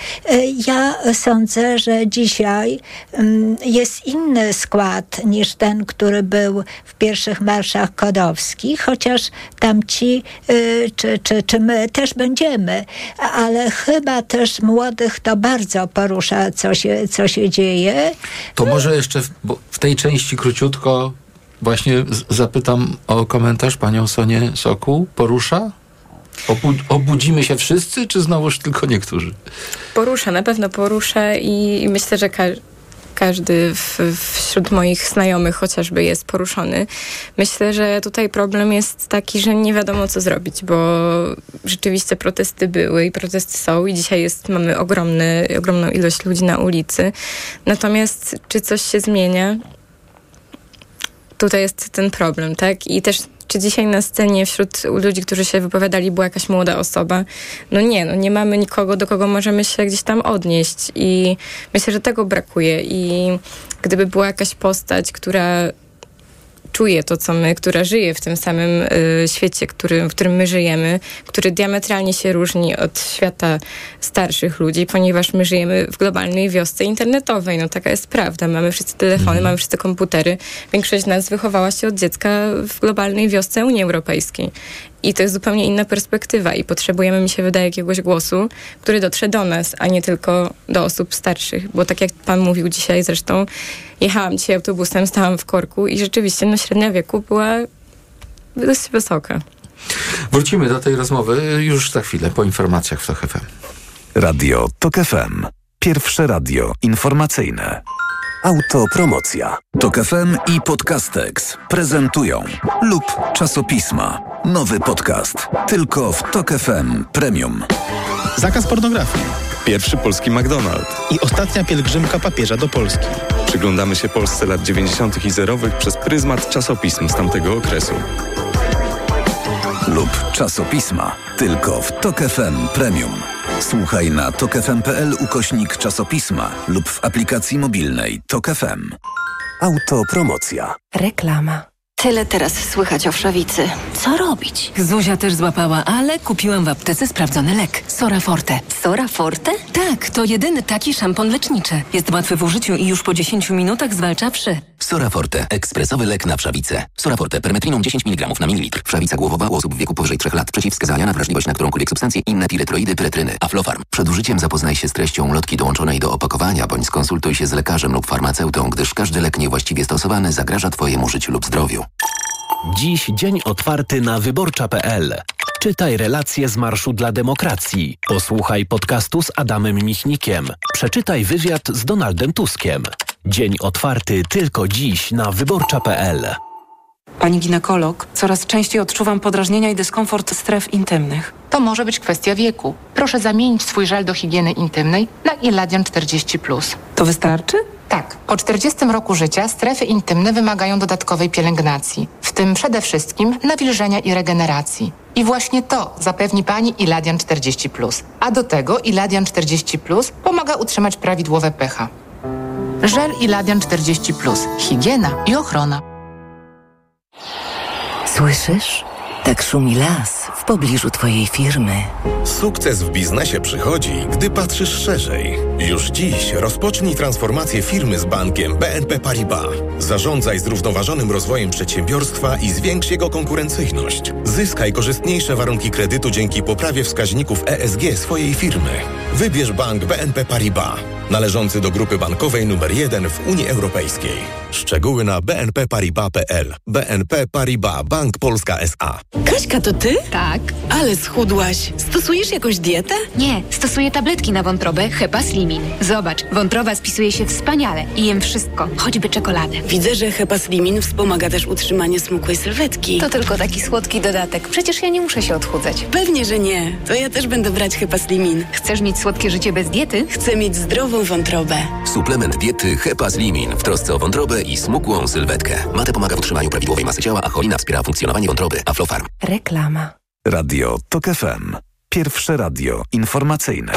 Ja sądzę, że dzisiaj jest inny skład niż ten, który był w pierwszych marszach kodowskich, chociaż tamci, czy, czy, czy my też będziemy, ale chyba też młodych to bardzo porusza, co się, co się dzieje. To może jeszcze w, bo w tej części króciutko właśnie z, zapytam o komentarz panią Sonię Sokół. Porusza? Obu- obudzimy się wszyscy, czy znowuż tylko niektórzy? Porusza, na pewno porusza i, i myślę, że ka- każdy w, wśród moich znajomych chociażby jest poruszony. Myślę, że tutaj problem jest taki, że nie wiadomo, co zrobić, bo rzeczywiście protesty były i protesty są i dzisiaj jest, mamy ogromny, ogromną ilość ludzi na ulicy. Natomiast czy coś się zmienia? Tutaj jest ten problem, tak? I też czy dzisiaj na scenie wśród ludzi, którzy się wypowiadali, była jakaś młoda osoba? No nie, no nie mamy nikogo, do kogo możemy się gdzieś tam odnieść i myślę, że tego brakuje i gdyby była jakaś postać, która czuje to, co my, która żyje w tym samym y, świecie, który, w którym my żyjemy, który diametralnie się różni od świata starszych ludzi, ponieważ my żyjemy w globalnej wiosce internetowej. No taka jest prawda. Mamy wszyscy telefony, mm. mamy wszyscy komputery. Większość z nas wychowała się od dziecka w globalnej wiosce Unii Europejskiej. I to jest zupełnie inna perspektywa i potrzebujemy, mi się wydaje, jakiegoś głosu, który dotrze do nas, a nie tylko do osób starszych. Bo tak jak pan mówił dzisiaj zresztą, jechałam dzisiaj autobusem, stałam w korku i rzeczywiście no, średnia wieku była dość wysoka. Wrócimy do tej rozmowy już za chwilę, po informacjach w TOK F M. Radio TOK F M. Pierwsze radio informacyjne. Autopromocja. TOK F M i Podcastex prezentują lub czasopisma. Nowy podcast. Tylko w TOK F M Premium. Zakaz pornografii. Pierwszy polski McDonald's. I ostatnia pielgrzymka papieża do Polski. Przyglądamy się Polsce lat dziewięćdziesiątych i zerowych przez pryzmat czasopism z tamtego okresu. Lub czasopisma. Tylko w TOK F M Premium. Słuchaj na tokfm.pl ukośnik czasopisma lub w aplikacji mobilnej TOK F M. Autopromocja. Reklama. Tyle teraz słychać o wszawicy. Co robić? Zuzia też złapała, ale kupiłam w aptece sprawdzony lek. Sora Forte. Sora Forte? Tak, to jedyny taki szampon leczniczy. Jest łatwy w użyciu i już po dziesięciu minutach zwalcza wszy. Sora Forte. Ekspresowy lek na wszawicę. Sora Forte. Permetriną dziesięć miligramów na mililitr. Wszawica głowowa u osób w wieku powyżej trzech lat. Przeciwwskazania na wrażliwość na którąkolwiek substancję. Inne piretroidy, pyretryny. Aflofarm. Przed użyciem zapoznaj się z treścią lotki dołączonej do opakowania, bądź skonsultuj się z lekarzem lub farmaceutą, gdyż każdy lek niewłaściwie stosowany zagraża Twojemu życiu lub zdrowiu. Dziś dzień otwarty na wyborcza kropka pe el. Czytaj relacje z Marszu dla Demokracji. Posłuchaj podcastu z Adamem Michnikiem. Przeczytaj wywiad z Donaldem Tuskiem. Dzień otwarty tylko dziś na wyborcza kropka pe el. Pani ginekolog, coraz częściej odczuwam podrażnienia i dyskomfort stref intymnych. To może być kwestia wieku. Proszę zamienić swój żel do higieny intymnej na Iladian czterdzieści plus. To wystarczy? Tak, po czterdziestym roku życia strefy intymne wymagają dodatkowej pielęgnacji, w tym przede wszystkim nawilżenia i regeneracji. I właśnie to zapewni Pani Iladian czterdzieści plus. A do tego Iladian czterdzieści plus pomaga utrzymać prawidłowe pH. Żel Iladian czterdzieści plus. Higiena i ochrona. Słyszysz? Tak szumi las w pobliżu Twojej firmy. Sukces w biznesie przychodzi, gdy patrzysz szerzej. Już dziś rozpocznij transformację firmy z bankiem B N P Paribas. Zarządzaj zrównoważonym rozwojem przedsiębiorstwa i zwiększ jego konkurencyjność. Zyskaj korzystniejsze warunki kredytu dzięki poprawie wskaźników E S G swojej firmy. Wybierz bank B N P Paribas, należący do grupy bankowej numer jeden w Unii Europejskiej. Szczegóły na b n p paribas kropka p l. B N P Paribas Bank Polska S A. Kaśka, to ty? Tak. Ale schudłaś. Stosujesz jakąś dietę? Nie, stosuję tabletki na wątrobę Hepaslimin. Zobacz, wątroba spisuje się wspaniale i jem wszystko, choćby czekoladę. Widzę, że Hepaslimin wspomaga też utrzymanie smukłej sylwetki. To tylko taki słodki dodatek. Przecież ja nie muszę się odchudzać. Pewnie, że nie. To ja też będę brać Hepaslimin. Chcesz mieć słodkie życie bez diety? Chcę mieć zdrową wątrobę. Suplement diety Hepaslimin w trosce o wątrobę i smukłą sylwetkę. Mate pomaga w utrzymaniu prawidłowej masy ciała, a cholina wspiera funkcjonowanie wątroby. Aflofarm. Reklama. Radio TOK F M. Pierwsze radio informacyjne.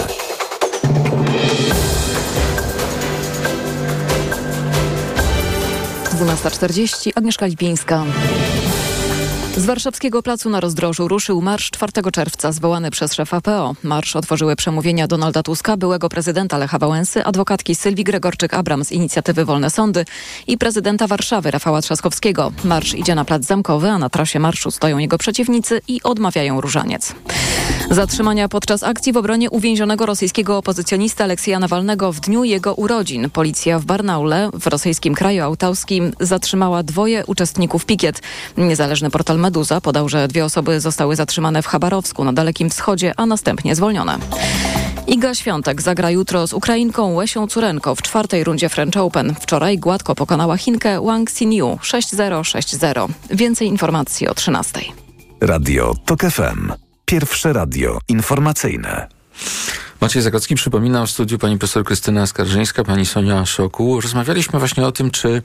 dwunasta czterdzieści. Agnieszka Lipińska. Z warszawskiego placu na Rozdrożu ruszył marsz czwartego czerwca zwołany przez szefa P O. Marsz otworzyły przemówienia Donalda Tuska, byłego prezydenta Lecha Wałęsy, adwokatki Sylwii Gregorczyk-Abram z inicjatywy Wolne Sądy i prezydenta Warszawy Rafała Trzaskowskiego. Marsz idzie na plac Zamkowy, a na trasie marszu stoją jego przeciwnicy i odmawiają różaniec. Zatrzymania podczas akcji w obronie uwięzionego rosyjskiego opozycjonisty Aleksieja Nawalnego w dniu jego urodzin. Policja w Barnaule, w rosyjskim kraju autowskim, zatrzymała dwoje uczestników pikiet. Niezależny portal Meduza podał, że dwie osoby zostały zatrzymane w Chabarowsku na Dalekim Wschodzie, a następnie zwolnione. Iga Świątek zagra jutro z Ukrainką Łesią Curenko w czwartej rundzie French Open. Wczoraj gładko pokonała Chinkę Wang Xinyu sześć zero sześć zero. Więcej informacji o trzynastej. Radio TOK F M. Pierwsze radio informacyjne. Maciej Zakocki, przypominam, w studiu pani profesor Krystyna Skarżyńska, pani Sonia Szokuł. Rozmawialiśmy właśnie o tym, czy,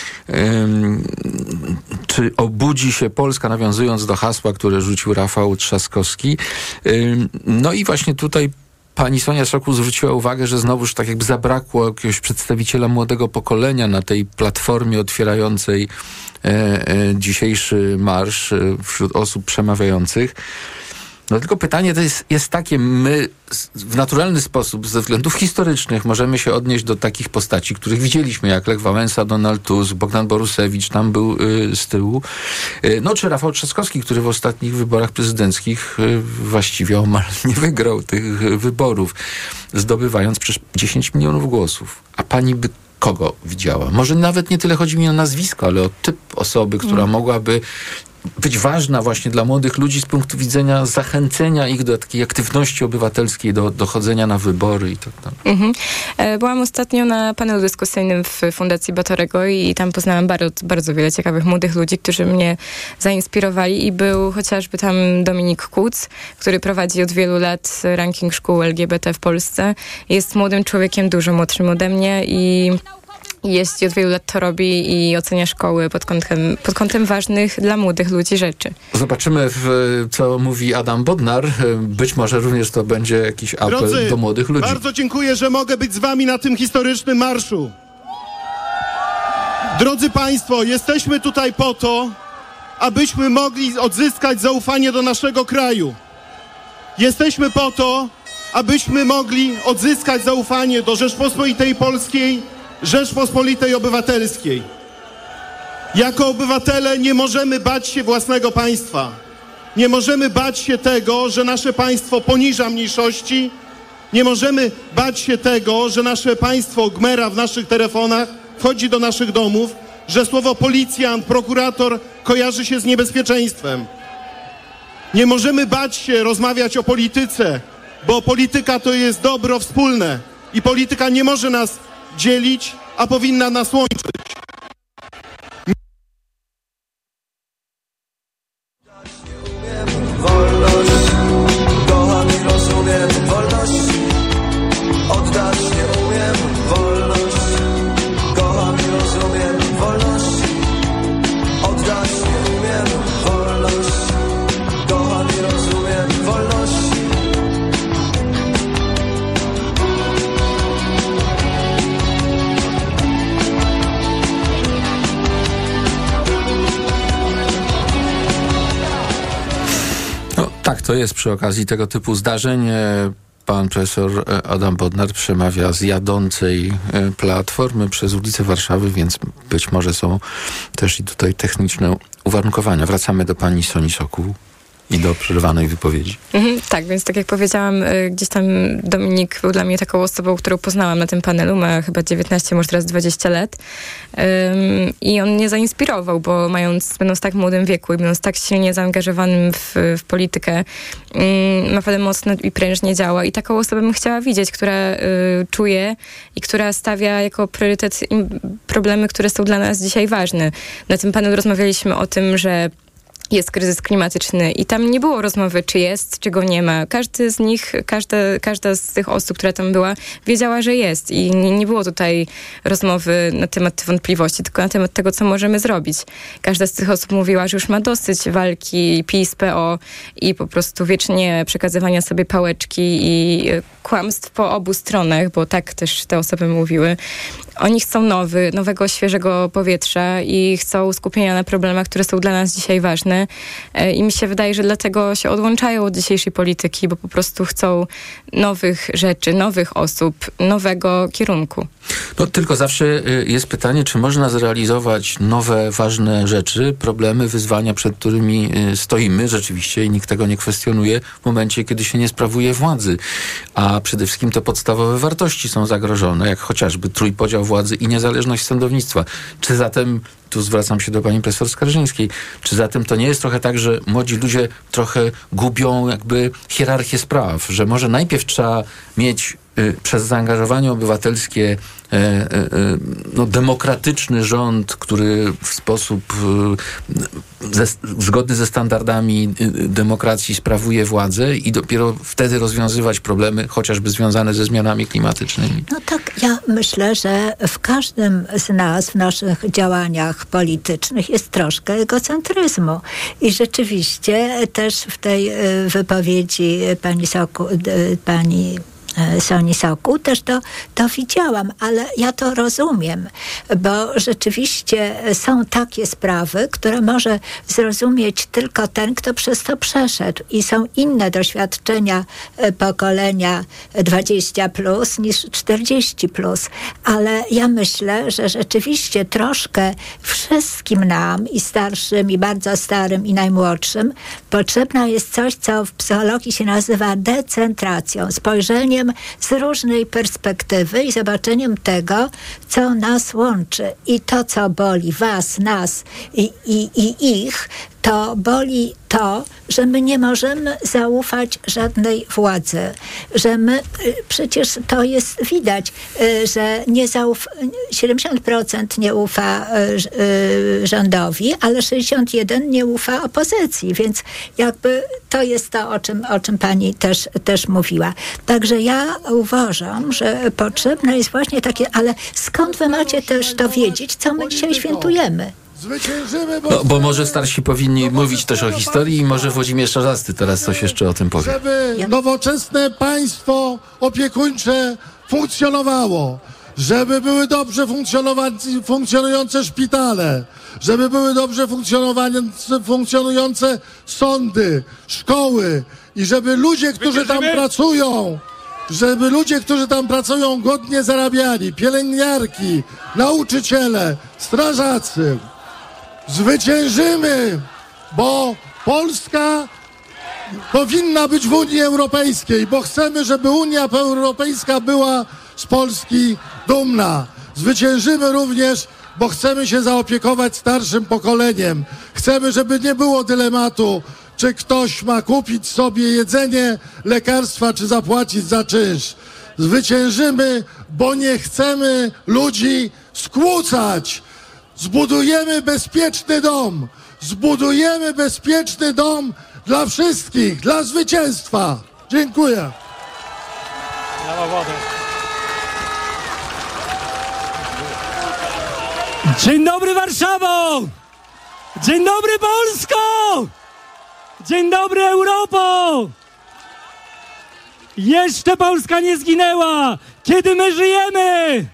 ym, czy obudzi się Polska, nawiązując do hasła, które rzucił Rafał Trzaskowski. Ym, no i właśnie tutaj pani Sonia Szokuł zwróciła uwagę, że znowuż tak jakby zabrakło jakiegoś przedstawiciela młodego pokolenia na tej platformie otwierającej e, e, dzisiejszy marsz e, wśród osób przemawiających. No tylko pytanie to jest, jest takie, my w naturalny sposób, ze względów historycznych możemy się odnieść do takich postaci, których widzieliśmy, jak Lech Wałęsa, Donald Tusk, Bogdan Borusewicz, tam był y, z tyłu. Y, no czy Rafał Trzaskowski, który w ostatnich wyborach prezydenckich y, właściwie omal nie wygrał tych y, wyborów, zdobywając przecież dziesięć milionów głosów. A pani by kogo widziała? Może nawet nie tyle chodzi mi o nazwisko, ale o typ osoby, która mm. mogłaby być ważna właśnie dla młodych ludzi z punktu widzenia zachęcenia ich do takiej aktywności obywatelskiej, do, do chodzenia na wybory i tak dalej. Mhm. Byłam ostatnio na panelu dyskusyjnym w Fundacji Batorego i tam poznałam bardzo, bardzo wiele ciekawych młodych ludzi, którzy mnie zainspirowali i był chociażby tam Dominik Kuc, który prowadzi od wielu lat ranking szkół L G B T w Polsce. Jest młodym człowiekiem, dużo młodszym ode mnie i jest i od wielu lat to robi i ocenia szkoły pod kątem, pod kątem ważnych dla młodych ludzi rzeczy. Zobaczymy, w, co mówi Adam Bodnar. Być może również to będzie jakiś apel Drodzy, do młodych ludzi. Bardzo dziękuję, że mogę być z wami na tym historycznym marszu. Drodzy Państwo, jesteśmy tutaj po to, abyśmy mogli odzyskać zaufanie do naszego kraju. Jesteśmy po to, abyśmy mogli odzyskać zaufanie do Rzeczpospolitej Polskiej, Rzeczpospolitej Obywatelskiej. Jako obywatele nie możemy bać się własnego państwa. Nie możemy bać się tego, że nasze państwo poniża mniejszości. Nie możemy bać się tego, że nasze państwo gmera w naszych telefonach, wchodzi do naszych domów, że słowo policjant, prokurator kojarzy się z niebezpieczeństwem. Nie możemy bać się rozmawiać o polityce, bo polityka to jest dobro wspólne i polityka nie może nas dzielić, a powinna nas łączyć. Wolność, kocham i rozumiem wolność, oddać nie umiem wolność, Tak, to jest przy okazji tego typu zdarzeń. Pan profesor Adam Bodnar przemawia z jadącej platformy przez ulicę Warszawy, więc być może są też i tutaj techniczne uwarunkowania. Wracamy do pani Soni Sokół i do przerwanej wypowiedzi. Mhm, tak, więc tak jak powiedziałam, gdzieś tam Dominik był dla mnie taką osobą, którą poznałam na tym panelu, ma chyba dziewiętnaście, może teraz dwadzieścia lat. Um, I on mnie zainspirował, bo mając, będąc tak młodym wieku i będąc tak silnie zaangażowanym w, w politykę, um, naprawdę mocno i prężnie działa. I taką osobę bym chciała widzieć, która y, czuje i która stawia jako priorytet im, problemy, które są dla nas dzisiaj ważne. Na tym panelu rozmawialiśmy o tym, że jest kryzys klimatyczny i tam nie było rozmowy, czy jest, czy go nie ma. Każdy z nich, każda, każda z tych osób, która tam była, wiedziała, że jest i nie, nie było tutaj rozmowy na temat wątpliwości, tylko na temat tego, co możemy zrobić. Każda z tych osób mówiła, że już ma dosyć walki PiS, P O i po prostu wiecznie przekazywania sobie pałeczki i kłamstw po obu stronach, bo tak też te osoby mówiły. Oni chcą nowy, nowego, świeżego powietrza i chcą skupienia na problemach, które są dla nas dzisiaj ważne. I mi się wydaje, że dlatego się odłączają od dzisiejszej polityki, bo po prostu chcą nowych rzeczy, nowych osób, nowego kierunku. No tylko zawsze jest pytanie, czy można zrealizować nowe, ważne rzeczy, problemy, wyzwania, przed którymi stoimy rzeczywiście i nikt tego nie kwestionuje w momencie, kiedy się nie sprawuje władzy. A przede wszystkim te podstawowe wartości są zagrożone, jak chociażby trójpodział władzy i niezależność sądownictwa. Czy zatem, tu zwracam się do pani profesor Skarżyńskiej, czy zatem to nie jest trochę tak, że młodzi ludzie trochę gubią jakby hierarchię spraw, że może najpierw trzeba mieć y, przez zaangażowanie obywatelskie y, y, y, no, demokratyczny rząd, który w sposób y, ze, zgodny ze standardami y, demokracji sprawuje władzę i dopiero wtedy rozwiązywać problemy, chociażby związane ze zmianami klimatycznymi. No tak, ja myślę, że w każdym z nas, w naszych działaniach politycznych jest troszkę egocentryzmu. I rzeczywiście też w tej wypowiedzi pani Soku, pani Soni Sokół też to, to widziałam, ale ja to rozumiem, bo rzeczywiście są takie sprawy, które może zrozumieć tylko ten, kto przez to przeszedł i są inne doświadczenia pokolenia dwadzieścia plus niż czterdzieści plus, ale ja myślę, że rzeczywiście troszkę wszystkim nam i starszym, i bardzo starym, i najmłodszym potrzebna jest coś, co w psychologii się nazywa decentracją, spojrzeniem z różnej perspektywy i zobaczeniem tego, co nas łączy. I to, co boli was, nas i, i, i ich, to boli to, że my nie możemy zaufać żadnej władzy. Że my, przecież to jest widać, że nie zauf- siedemdziesiąt procent nie ufa rządowi, ale sześćdziesiąt jeden procent nie ufa opozycji. Więc jakby to jest to, o czym, o czym pani też, też mówiła. Także ja uważam, że potrzebne jest właśnie takie, ale skąd wy macie też to wiedzieć, co my dzisiaj świętujemy? No, bo może starsi powinni mówić też o historii i może Włodzimierz Czarzasty teraz coś jeszcze o tym powie. Żeby nowoczesne państwo opiekuńcze funkcjonowało, żeby były dobrze funkcjonujące szpitale, żeby były dobrze funkcjonujące sądy, szkoły i żeby ludzie, którzy tam pracują, żeby ludzie, którzy tam pracują, godnie zarabiali, pielęgniarki, nauczyciele, strażacy. Zwyciężymy, bo Polska powinna być w Unii Europejskiej, bo chcemy, żeby Unia Europejska była z Polski dumna. Zwyciężymy również, bo chcemy się zaopiekować starszym pokoleniem. Chcemy, żeby nie było dylematu, czy ktoś ma kupić sobie jedzenie, lekarstwa, czy zapłacić za czynsz. Zwyciężymy, bo nie chcemy ludzi skłócać. Zbudujemy bezpieczny dom. Zbudujemy bezpieczny dom dla wszystkich, dla zwycięstwa. Dziękuję. Dzień dobry Warszawo! Dzień dobry Polsko! Dzień dobry Europo! Jeszcze Polska nie zginęła, kiedy my żyjemy!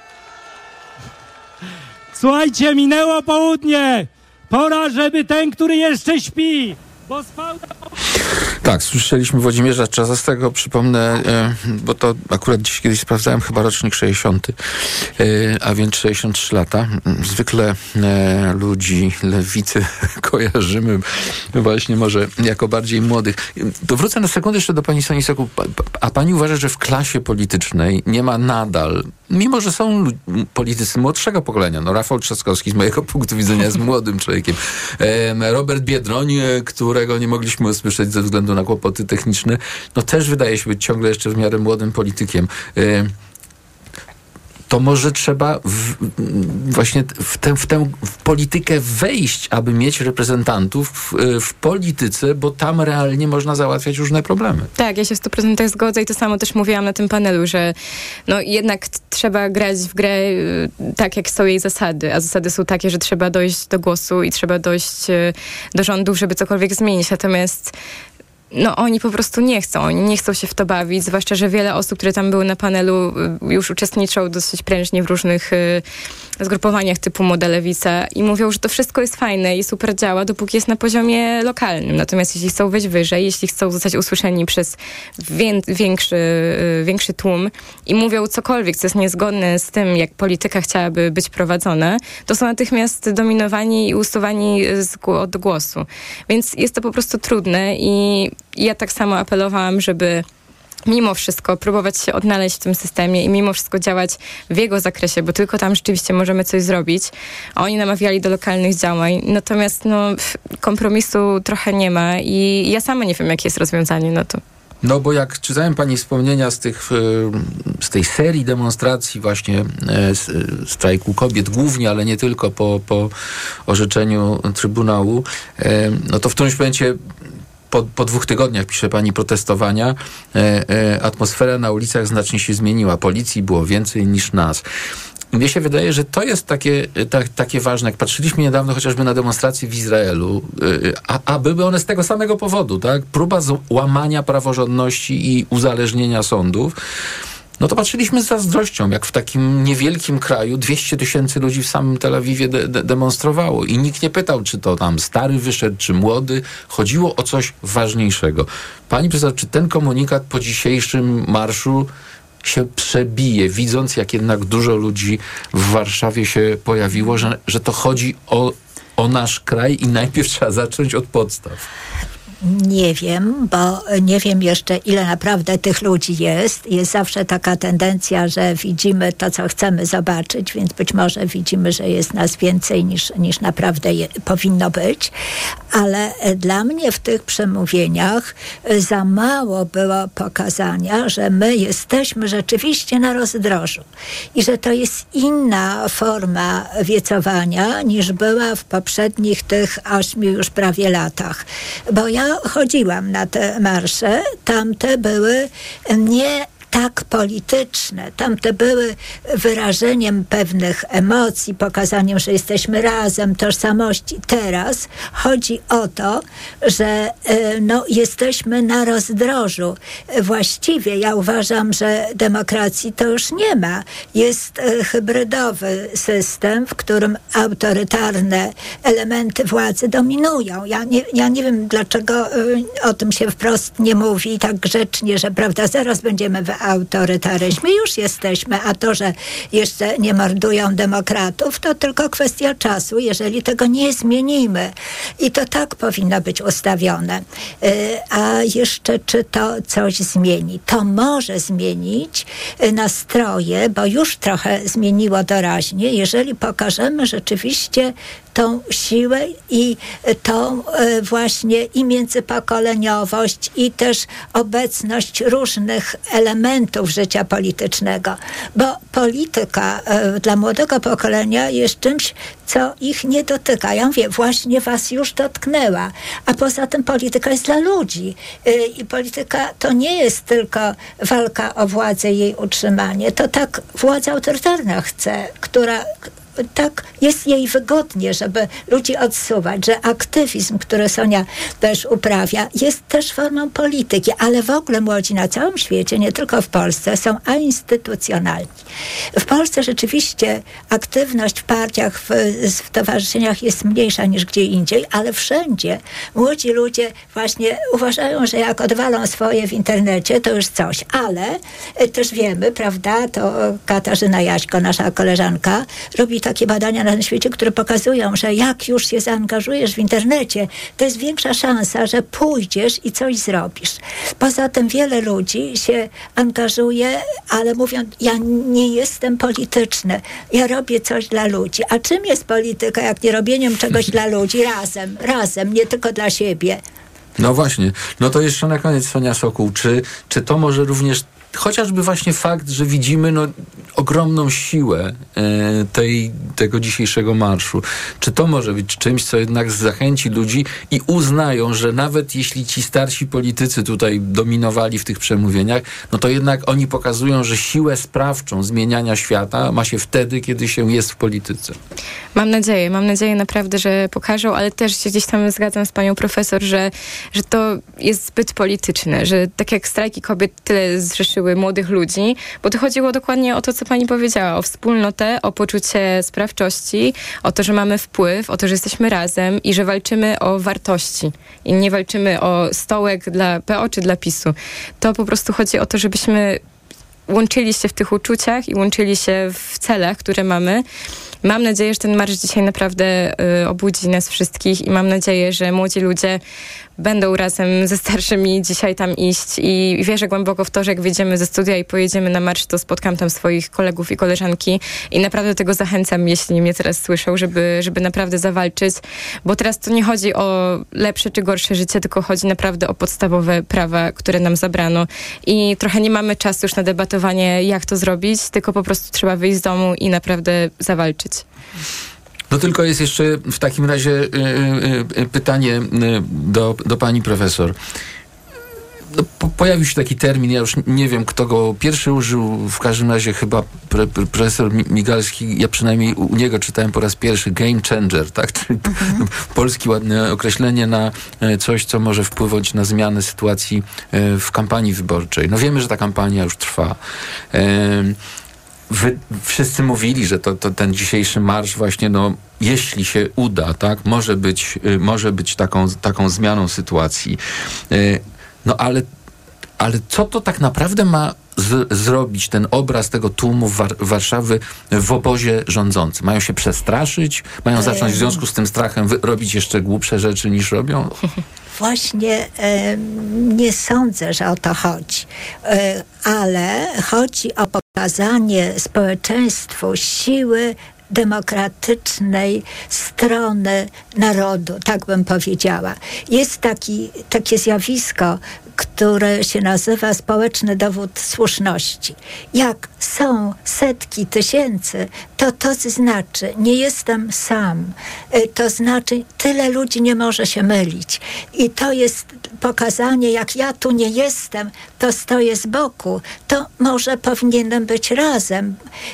Słuchajcie, minęło południe. Pora, żeby ten, który jeszcze śpi, bo spał... Tak, słyszeliśmy Włodzimierza Czarzastego, przypomnę, bo to akurat dziś kiedyś sprawdzałem, chyba rocznik sześćdziesiąty, a więc sześćdziesiąt trzy lata. Zwykle ludzi lewicy kojarzymy właśnie może jako bardziej młodych. To wrócę na sekundę jeszcze do pani Soni Sokół. A pani uważa, że w klasie politycznej nie ma nadal, mimo że są politycy młodszego pokolenia, no Rafał Trzaskowski z mojego punktu widzenia jest młodym człowiekiem, Robert Biedroń, którego nie mogliśmy usłyszeć ze względu na kłopoty techniczne, no też wydaje się być ciągle jeszcze w miarę młodym politykiem. To może trzeba w, właśnie w tę, w tę w politykę wejść, aby mieć reprezentantów w, w polityce, bo tam realnie można załatwiać różne problemy. Tak, ja się w stu procentach zgodzę i to samo też mówiłam na tym panelu, że no jednak t- trzeba grać w grę y, tak, jak są jej zasady, a zasady są takie, że trzeba dojść do głosu i trzeba dojść y, do rządów, żeby cokolwiek zmienić. Natomiast no oni po prostu nie chcą, oni nie chcą się w to bawić, zwłaszcza, że wiele osób, które tam były na panelu, już uczestniczą dosyć prężnie w różnych y, zgrupowaniach typu Młoda Lewica i mówią, że to wszystko jest fajne i super działa, dopóki jest na poziomie lokalnym. Natomiast jeśli chcą wejść wyżej, jeśli chcą zostać usłyszeni przez wię- większy, y, większy tłum i mówią cokolwiek, co jest niezgodne z tym, jak polityka chciałaby być prowadzona, to są natychmiast dominowani i usuwani z, od głosu. Więc jest to po prostu trudne i ja tak samo apelowałam, żeby mimo wszystko próbować się odnaleźć w tym systemie i mimo wszystko działać w jego zakresie, bo tylko tam rzeczywiście możemy coś zrobić. A oni namawiali do lokalnych działań. Natomiast no, kompromisu trochę nie ma i ja sama nie wiem, jakie jest rozwiązanie na to. No bo jak czytałem pani wspomnienia z, tych, z tej serii demonstracji właśnie strajku kobiet głównie, ale nie tylko po, po orzeczeniu Trybunału, no to w którymś momencie Po, po dwóch tygodniach, pisze pani, protestowania, e, e, atmosfera na ulicach znacznie się zmieniła. Policji było więcej niż nas. I mnie się wydaje, że to jest takie, ta, takie ważne. Jak patrzyliśmy niedawno chociażby na demonstracje w Izraelu, e, a, a były one z tego samego powodu, tak? Próba łamania praworządności i uzależnienia sądów. No to patrzyliśmy z zazdrością, jak w takim niewielkim kraju dwieście tysięcy ludzi w samym Tel Awiwie de- de- demonstrowało i nikt nie pytał, czy to tam stary wyszedł, czy młody. Chodziło o coś ważniejszego. Pani profesor, czy ten komunikat po dzisiejszym marszu się przebije, widząc, jak jednak dużo ludzi w Warszawie się pojawiło, że, że to chodzi o, o nasz kraj i najpierw trzeba zacząć od podstaw? Nie wiem, bo nie wiem jeszcze, ile naprawdę tych ludzi jest. Jest zawsze taka tendencja, że widzimy to, co chcemy zobaczyć, więc być może widzimy, że jest nas więcej niż, niż naprawdę je, powinno być. Ale dla mnie w tych przemówieniach za mało było pokazania, że my jesteśmy rzeczywiście na rozdrożu i że to jest inna forma wiecowania niż była w poprzednich tych ośmiu już prawie latach. Bo ja chodziłam na te marsze, tamte były nie tak polityczne. Tamte były wyrażeniem pewnych emocji, pokazaniem, że jesteśmy razem, tożsamości. Teraz chodzi o to, że no, jesteśmy na rozdrożu. Właściwie ja uważam, że demokracji to już nie ma. Jest hybrydowy system, w którym autorytarne elementy władzy dominują. Ja nie, ja nie wiem, dlaczego o tym się wprost nie mówi tak grzecznie, że prawda, zaraz będziemy w autorytaryzmie. Już jesteśmy, a to, że jeszcze nie mordują demokratów, to tylko kwestia czasu, jeżeli tego nie zmienimy. I to tak powinno być ustawione. A jeszcze, czy to coś zmieni? To może zmienić nastroje, bo już trochę zmieniło doraźnie, jeżeli pokażemy rzeczywiście tą siłę i tą właśnie i międzypokoleniowość, i też obecność różnych elementów życia politycznego. Bo polityka dla młodego pokolenia jest czymś, co ich nie dotyka. Ja mówię, właśnie was już dotknęła. A poza tym polityka jest dla ludzi. I polityka to nie jest tylko walka o władzę i jej utrzymanie. To tak władza autorytarna chce, która tak jest jej wygodnie, żeby ludzi odsuwać, że aktywizm, który Sonia też uprawia, jest też formą polityki, ale w ogóle młodzi na całym świecie, nie tylko w Polsce, są ainstytucjonalni. W Polsce rzeczywiście aktywność w partiach, w, w towarzyszeniach jest mniejsza niż gdzie indziej, ale wszędzie młodzi ludzie właśnie uważają, że jak odwalą swoje w internecie, to już coś. Ale też wiemy, prawda, to Katarzyna Jaśko, nasza koleżanka, robi takie badania na świecie, które pokazują, że jak już się zaangażujesz w internecie, to jest większa szansa, że pójdziesz i coś zrobisz. Poza tym wiele ludzi się angażuje, ale mówią, ja nie jestem polityczny, ja robię coś dla ludzi. A czym jest polityka, jak nie robieniem czegoś dla ludzi razem, razem, nie tylko dla siebie? No właśnie. No to jeszcze na koniec, Sonia Sokół, czy, czy to może również chociażby właśnie fakt, że widzimy no, ogromną siłę e, tej, tego dzisiejszego marszu. Czy to może być czymś, co jednak zachęci ludzi i uznają, że nawet jeśli ci starsi politycy tutaj dominowali w tych przemówieniach, no to jednak oni pokazują, że siłę sprawczą zmieniania świata ma się wtedy, kiedy się jest w polityce. Mam nadzieję, mam nadzieję naprawdę, że pokażą, ale też się gdzieś tam zgadzam z panią profesor, że, że to jest zbyt polityczne, że tak jak strajki kobiet tyle zrzeszyły młodych ludzi, bo to chodziło dokładnie o to, co pani powiedziała, o wspólnotę, o poczucie sprawczości, o to, że mamy wpływ, o to, że jesteśmy razem i że walczymy o wartości i nie walczymy o stołek dla P O czy dla PiSu. To po prostu chodzi o to, żebyśmy łączyli się w tych uczuciach i łączyli się w celach, które mamy. Mam nadzieję, że ten marsz dzisiaj naprawdę y, obudzi nas wszystkich i mam nadzieję, że młodzi ludzie będą razem ze starszymi dzisiaj tam iść i wierzę głęboko w to, że jak wyjdziemy ze studia i pojedziemy na marsz, to spotkam tam swoich kolegów i koleżanki i naprawdę tego zachęcam, jeśli mnie teraz słyszą, żeby, żeby naprawdę zawalczyć, bo teraz to nie chodzi o lepsze czy gorsze życie, tylko chodzi naprawdę o podstawowe prawa, które nam zabrano i trochę nie mamy czasu już na debatowanie, jak to zrobić, tylko po prostu trzeba wyjść z domu i naprawdę zawalczyć. No tylko jest jeszcze w takim razie y, y, y, pytanie y, do, do pani profesor. No, po, pojawił się taki termin, ja już nie wiem, kto go pierwszy użył, w każdym razie chyba pre, pre, profesor Migalski, ja przynajmniej u niego czytałem po raz pierwszy game changer, tak? Czyli mhm. polskie ładne określenie na coś, co może wpływać na zmianę sytuacji w kampanii wyborczej. No wiemy, że ta kampania już trwa. Y, Wy, wszyscy mówili, że to, to ten dzisiejszy marsz właśnie, no, jeśli się uda, tak, może być, y, może być taką, taką zmianą sytuacji. Y, no ale, ale co to tak naprawdę ma z, zrobić ten obraz tego tłumu War- Warszawy w obozie rządzącym? Mają się przestraszyć? Mają zacząć w związku z tym strachem wy- robić jeszcze głupsze rzeczy niż robią? Właśnie e, nie sądzę, że o to chodzi, e, ale chodzi o pokazanie społeczeństwu siły demokratycznej strony narodu, tak bym powiedziała. Jest taki, takie zjawisko, które się nazywa społeczny dowód słuszności. Jak są setki tysięcy, to to znaczy, nie jestem sam. To znaczy, tyle ludzi nie może się mylić. I to jest pokazanie, jak ja tu nie jestem, to stoję z boku, to może powinienem być razem.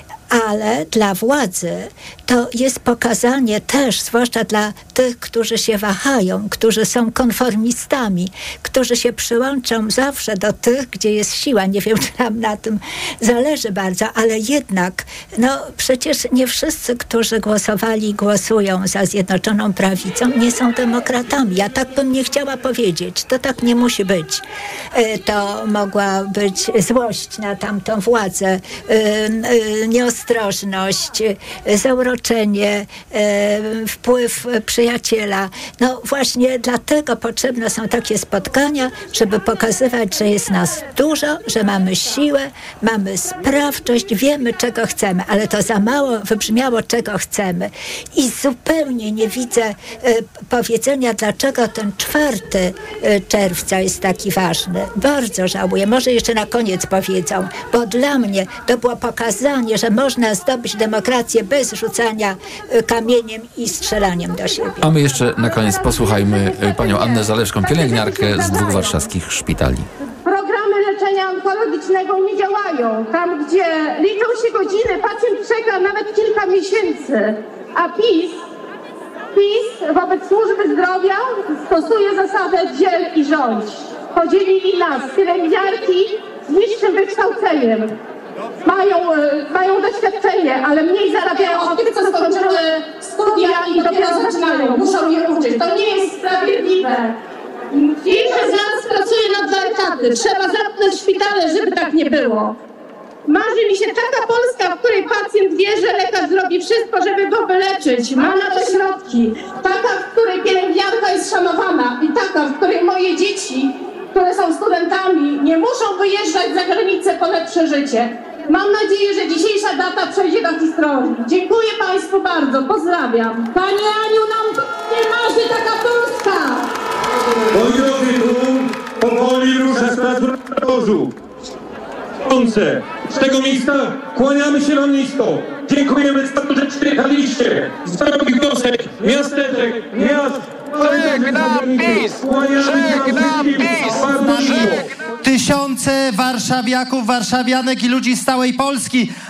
Ale dla władzy to jest pokazanie też, zwłaszcza dla tych, którzy się wahają, którzy są konformistami, którzy się przyłączą zawsze do tych, gdzie jest siła. Nie wiem, czy nam na tym zależy bardzo, ale jednak, no przecież nie wszyscy, którzy głosowali i głosują za Zjednoczoną Prawicą, nie są demokratami. Ja tak bym nie chciała powiedzieć. To tak nie musi być. To mogła być złość na tamtą władzę, nieostrożność, ostrożność, zauroczenie, wpływ przyjaciela. No właśnie dlatego potrzebne są takie spotkania, żeby pokazywać, że jest nas dużo, że mamy siłę, mamy sprawczość, wiemy, czego chcemy, ale to za mało wybrzmiało, czego chcemy. I zupełnie nie widzę powiedzenia, dlaczego ten czwarty czerwca jest taki ważny. Bardzo żałuję. Może jeszcze na koniec powiedzą, bo dla mnie to było pokazanie, że można zdobyć demokrację bez rzucania kamieniem i strzelaniem do siebie. A my jeszcze na koniec posłuchajmy panią Annę Zalewską, pielęgniarkę z dwóch warszawskich szpitali. Programy leczenia leczenia onkologicznego nie działają. Tam, gdzie liczą się godziny, pacjent czeka nawet kilka miesięcy, a PiS, PiS wobec służby zdrowia stosuje zasadę dziel i rządź. Podzielili nas, pielęgniarki z niższym wykształceniem. Mają, mają doświadczenie, ale mniej zarabiają od tych, co skończyły studia i dopiero zaczynają, muszą je uczyć. To nie jest sprawiedliwe. Większość z nas pracuje na dwa etaty. Trzeba zamknąć szpitale, żeby tak nie było. Marzy mi się taka Polska, w której pacjent wie, że lekarz zrobi wszystko, żeby go wyleczyć. Ma na to środki. Taka, w której pielęgniarka jest szanowana. I taka, w której moje dzieci, które są studentami, nie muszą wyjeżdżać za granicę po lepsze życie. Mam nadzieję, że dzisiejsza data przejdzie do historii. Dziękuję Państwu bardzo. Pozdrawiam. Pani Aniu, nam nie marzy taka Polska! Moi drodzy, tu powoli rusza Strasburgu. Z tego miejsca kłaniamy się wam nisko. Dziękujemy za to, że przyjechaliście. Z drogich wiosek, miasteczek, miast. Żegnam PiS! Żegnam PiS! Tysiące warszawiaków, warszawianek i ludzi z całej Polski